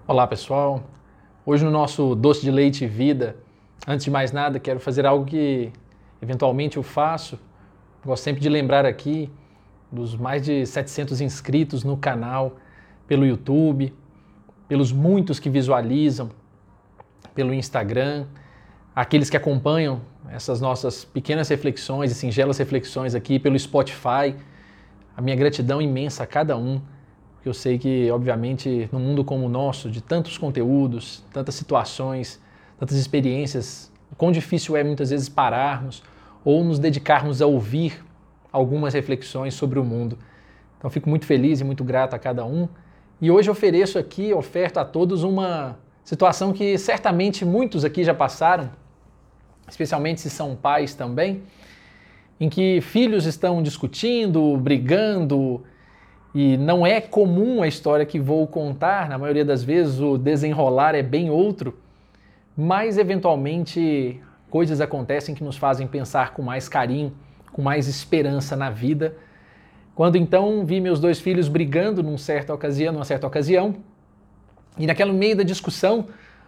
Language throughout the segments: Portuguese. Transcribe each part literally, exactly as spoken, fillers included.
Olá pessoal, hoje no nosso Doce de Leite Vida, antes de mais nada quero fazer algo que eventualmente eu faço, gosto sempre de lembrar aqui dos mais de setecentos inscritos no canal, pelo YouTube, pelos muitos que visualizam, pelo Instagram, aqueles que acompanham essas nossas pequenas reflexões e singelas reflexões aqui pelo Spotify, a minha gratidão imensa a cada um. Porque eu sei que, obviamente, num mundo como o nosso, de tantos conteúdos, tantas situações, tantas experiências, o quão difícil é muitas vezes pararmos ou nos dedicarmos a ouvir algumas reflexões sobre o mundo. Então, fico muito feliz e muito grato a cada um. E hoje ofereço aqui, oferto a todos uma situação que certamente muitos aqui já passaram, especialmente se são pais também, em que filhos estão discutindo, brigando. E não é comum a história que vou contar, na maioria das vezes o desenrolar é bem outro, mas eventualmente coisas acontecem que nos fazem pensar com mais carinho, com mais esperança na vida. Quando então vi meus dois filhos brigando num certa ocasião, numa certa ocasião, e naquele meio da discussão,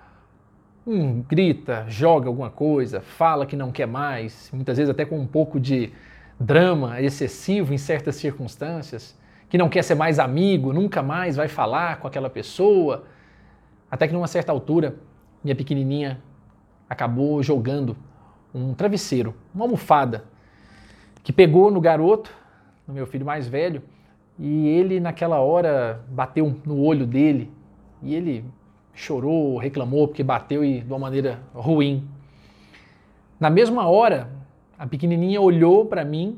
um grita, joga alguma coisa, fala que não quer mais, muitas vezes até com um pouco de drama excessivo em certas circunstâncias, que não quer ser mais amigo, nunca mais vai falar com aquela pessoa, até que numa certa altura, minha pequenininha acabou jogando um travesseiro, uma almofada, que pegou no garoto, no meu filho mais velho, e ele naquela hora bateu no olho dele, e ele chorou, reclamou porque bateu e de uma maneira ruim. Na mesma hora, a pequenininha olhou para mim,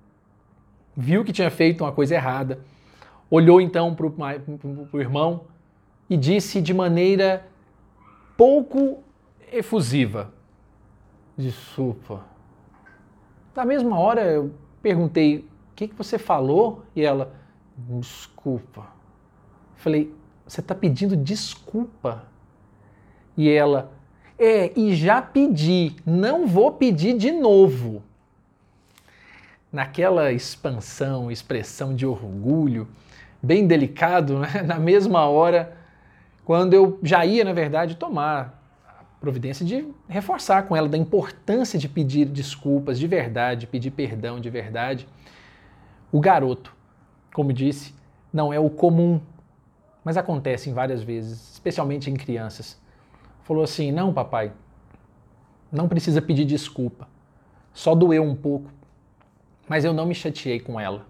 viu que tinha feito uma coisa errada, olhou então para o irmão e disse de maneira pouco efusiva: desculpa. Na mesma hora eu perguntei: o que, que você falou? E ela: desculpa. Falei: você está pedindo desculpa? E ela: é, e já pedi, não vou pedir de novo. Naquela expansão, expressão de orgulho, bem delicado, né? Na mesma hora, quando eu já ia, na verdade, tomar a providência de reforçar com ela da importância de pedir desculpas de verdade, pedir perdão de verdade, o garoto, como disse, não é o comum, mas acontece em várias vezes, especialmente em crianças. Falou assim: não, papai, não precisa pedir desculpa, só doeu um pouco, mas eu não me chateei com ela.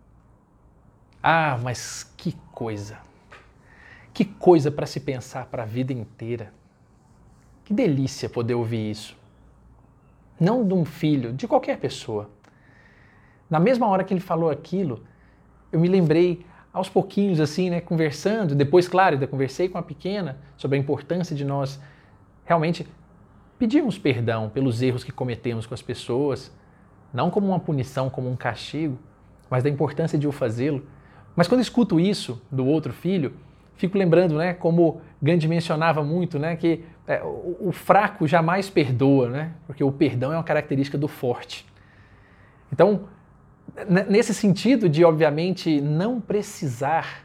Ah, mas que coisa! Que coisa para se pensar para a vida inteira. Que delícia poder ouvir isso. Não de um filho, de qualquer pessoa. Na mesma hora que ele falou aquilo, eu me lembrei aos pouquinhos assim, né, conversando. Depois, claro, eu conversei com a pequena sobre a importância de nós realmente pedirmos perdão pelos erros que cometemos com as pessoas, não como uma punição, como um castigo, mas da importância de o fazê-lo. Mas quando escuto isso do outro filho, fico lembrando, né, como Gandhi mencionava muito, né, que é, o, o fraco jamais perdoa, né, porque o perdão é uma característica do forte. Então, nesse sentido de, obviamente, não precisar,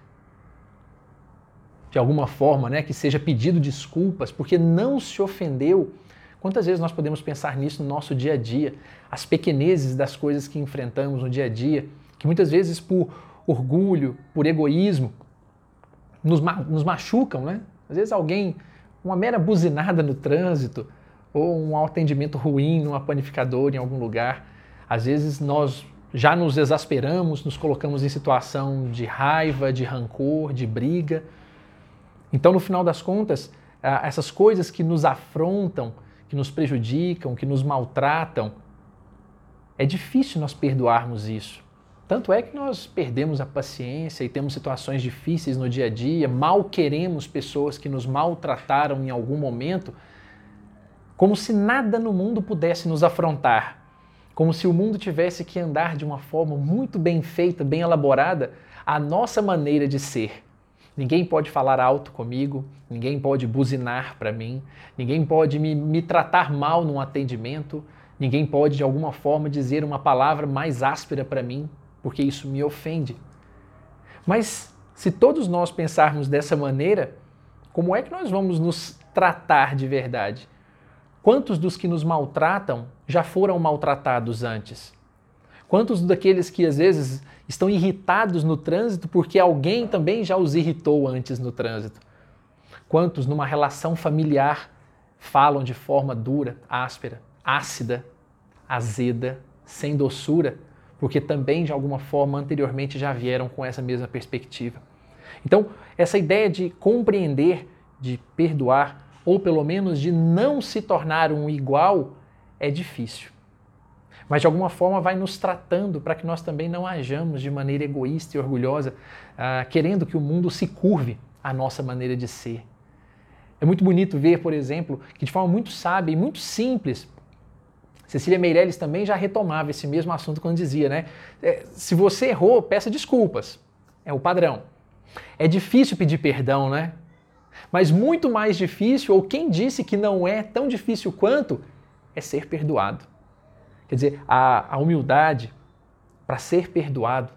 de alguma forma, né, que seja pedido desculpas, porque não se ofendeu. Quantas vezes nós podemos pensar nisso no nosso dia a dia? As pequenezes das coisas que enfrentamos no dia a dia, que muitas vezes por orgulho, por egoísmo, nos, ma- nos machucam, né? Às vezes alguém, uma mera buzinada no trânsito, ou um atendimento ruim numa panificadora em algum lugar, às vezes nós já nos exasperamos, nos colocamos em situação de raiva, de rancor, de briga. Então, no final das contas, essas coisas que nos afrontam, que nos prejudicam, que nos maltratam, é difícil nós perdoarmos isso. Tanto é que nós perdemos a paciência e temos situações difíceis no dia a dia, mal queremos pessoas que nos maltrataram em algum momento, como se nada no mundo pudesse nos afrontar, como se o mundo tivesse que andar de uma forma muito bem feita, bem elaborada, a nossa maneira de ser. Ninguém pode falar alto comigo, ninguém pode buzinar para mim, ninguém pode me, me tratar mal num atendimento, ninguém pode de alguma forma dizer uma palavra mais áspera para mim, porque isso me ofende. Mas se todos nós pensarmos dessa maneira, como é que nós vamos nos tratar de verdade? Quantos dos que nos maltratam já foram maltratados antes? Quantos daqueles que às vezes estão irritados no trânsito porque alguém também já os irritou antes no trânsito? Quantos numa relação familiar falam de forma dura, áspera, ácida, azeda, sem doçura, porque também de alguma forma anteriormente já vieram com essa mesma perspectiva? Então, essa ideia de compreender, de perdoar, ou pelo menos de não se tornar um igual, é difícil. Mas de alguma forma vai nos tratando para que nós também não hajamos de maneira egoísta e orgulhosa, uh, querendo que o mundo se curve à nossa maneira de ser. É muito bonito ver, por exemplo, que de forma muito sábia e muito simples, Cecília Meirelles também já retomava esse mesmo assunto quando dizia, né? É, se você errou, peça desculpas. É o padrão. É difícil pedir perdão, né? Mas muito mais difícil, ou quem disse que não é tão difícil quanto, é ser perdoado. Quer dizer, a, a humildade para ser perdoado.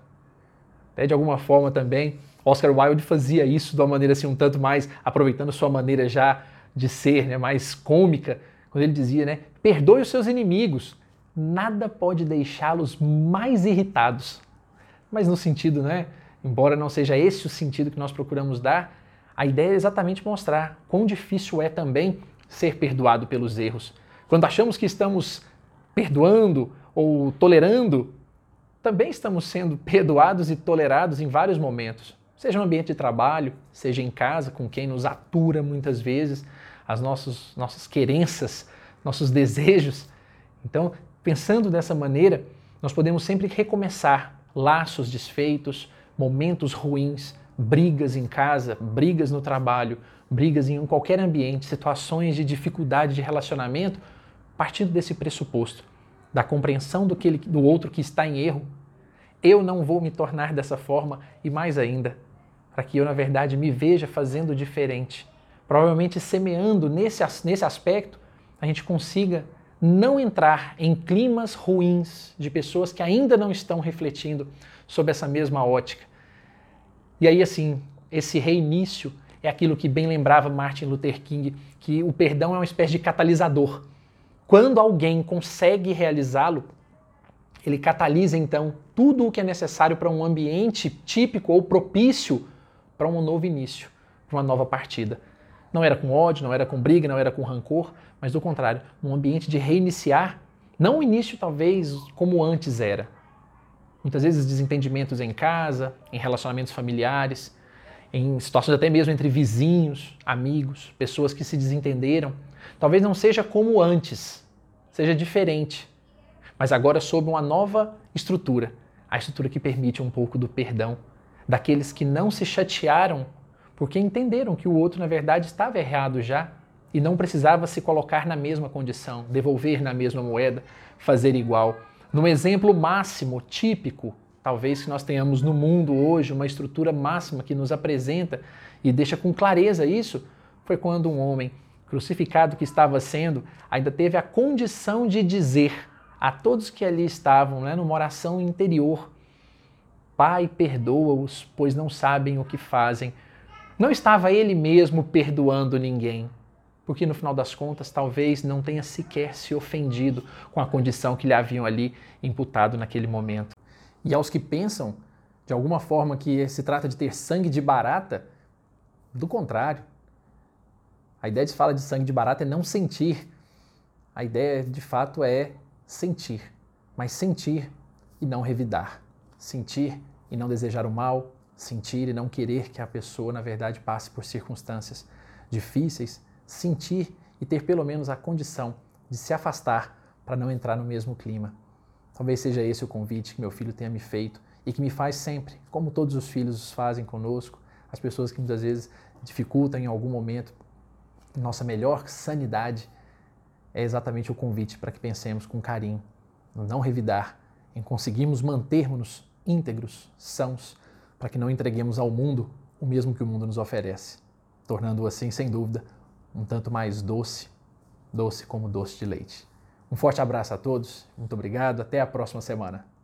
Até de alguma forma também, Oscar Wilde fazia isso de uma maneira assim, um tanto mais, aproveitando sua maneira já de ser, né, mais cômica, quando ele dizia, né, perdoe os seus inimigos, nada pode deixá-los mais irritados. Mas no sentido, né, embora não seja esse o sentido que nós procuramos dar, a ideia é exatamente mostrar quão difícil é também ser perdoado pelos erros. Quando achamos que estamos perdoando ou tolerando, também estamos sendo perdoados e tolerados em vários momentos. Seja no ambiente de trabalho, seja em casa, com quem nos atura muitas vezes, as nossos, nossas querenças, nossos desejos. Então, pensando dessa maneira, nós podemos sempre recomeçar laços desfeitos, momentos ruins, brigas em casa, brigas no trabalho, brigas em qualquer ambiente, situações de dificuldade de relacionamento, partindo desse pressuposto, da compreensão do, que ele, do outro que está em erro. Eu não vou me tornar dessa forma e mais ainda, para que eu, na verdade, me veja fazendo diferente. Provavelmente semeando nesse, nesse aspecto, a gente consiga não entrar em climas ruins de pessoas que ainda não estão refletindo sobre essa mesma ótica. E aí, assim, esse reinício é aquilo que bem lembrava Martin Luther King, que o perdão é uma espécie de catalisador. Quando alguém consegue realizá-lo, ele catalisa, então, tudo o que é necessário para um ambiente típico ou propício para um novo início, para uma nova partida. Não era com ódio, não era com briga, não era com rancor, mas do contrário, um ambiente de reiniciar, não o início talvez como antes era. Muitas vezes desentendimentos em casa, em relacionamentos familiares, em situações até mesmo entre vizinhos, amigos, pessoas que se desentenderam. Talvez não seja como antes, seja diferente, mas agora sob uma nova estrutura, a estrutura que permite um pouco do perdão, daqueles que não se chatearam porque entenderam que o outro, na verdade, estava errado já e não precisava se colocar na mesma condição, devolver na mesma moeda, fazer igual. Num exemplo máximo, típico, talvez que nós tenhamos no mundo hoje, uma estrutura máxima que nos apresenta e deixa com clareza isso, foi quando um homem crucificado que estava sendo, ainda teve a condição de dizer a todos que ali estavam, né, numa oração interior, Pai, perdoa-os, pois não sabem o que fazem. Não estava ele mesmo perdoando ninguém, porque no final das contas talvez não tenha sequer se ofendido com a condição que lhe haviam ali imputado naquele momento. E aos que pensam, de alguma forma, que se trata de ter sangue de barata, do contrário. A ideia de fala de sangue de barata é não sentir. A ideia, de fato, é sentir, mas sentir e não revidar. Sentir e não desejar o mal, sentir e não querer que a pessoa, na verdade, passe por circunstâncias difíceis, sentir e ter pelo menos a condição de se afastar para não entrar no mesmo clima. Talvez seja esse o convite que meu filho tenha me feito e que me faz sempre, como todos os filhos os fazem conosco, as pessoas que muitas vezes dificultam em algum momento nossa melhor sanidade, é exatamente o convite para que pensemos com carinho, no não revidar, em conseguirmos mantermos-nos íntegros, sãos, para que não entreguemos ao mundo o mesmo que o mundo nos oferece, tornando-o assim, sem dúvida, um tanto mais doce, doce como doce de leite. Um forte abraço a todos, muito obrigado, até a próxima semana.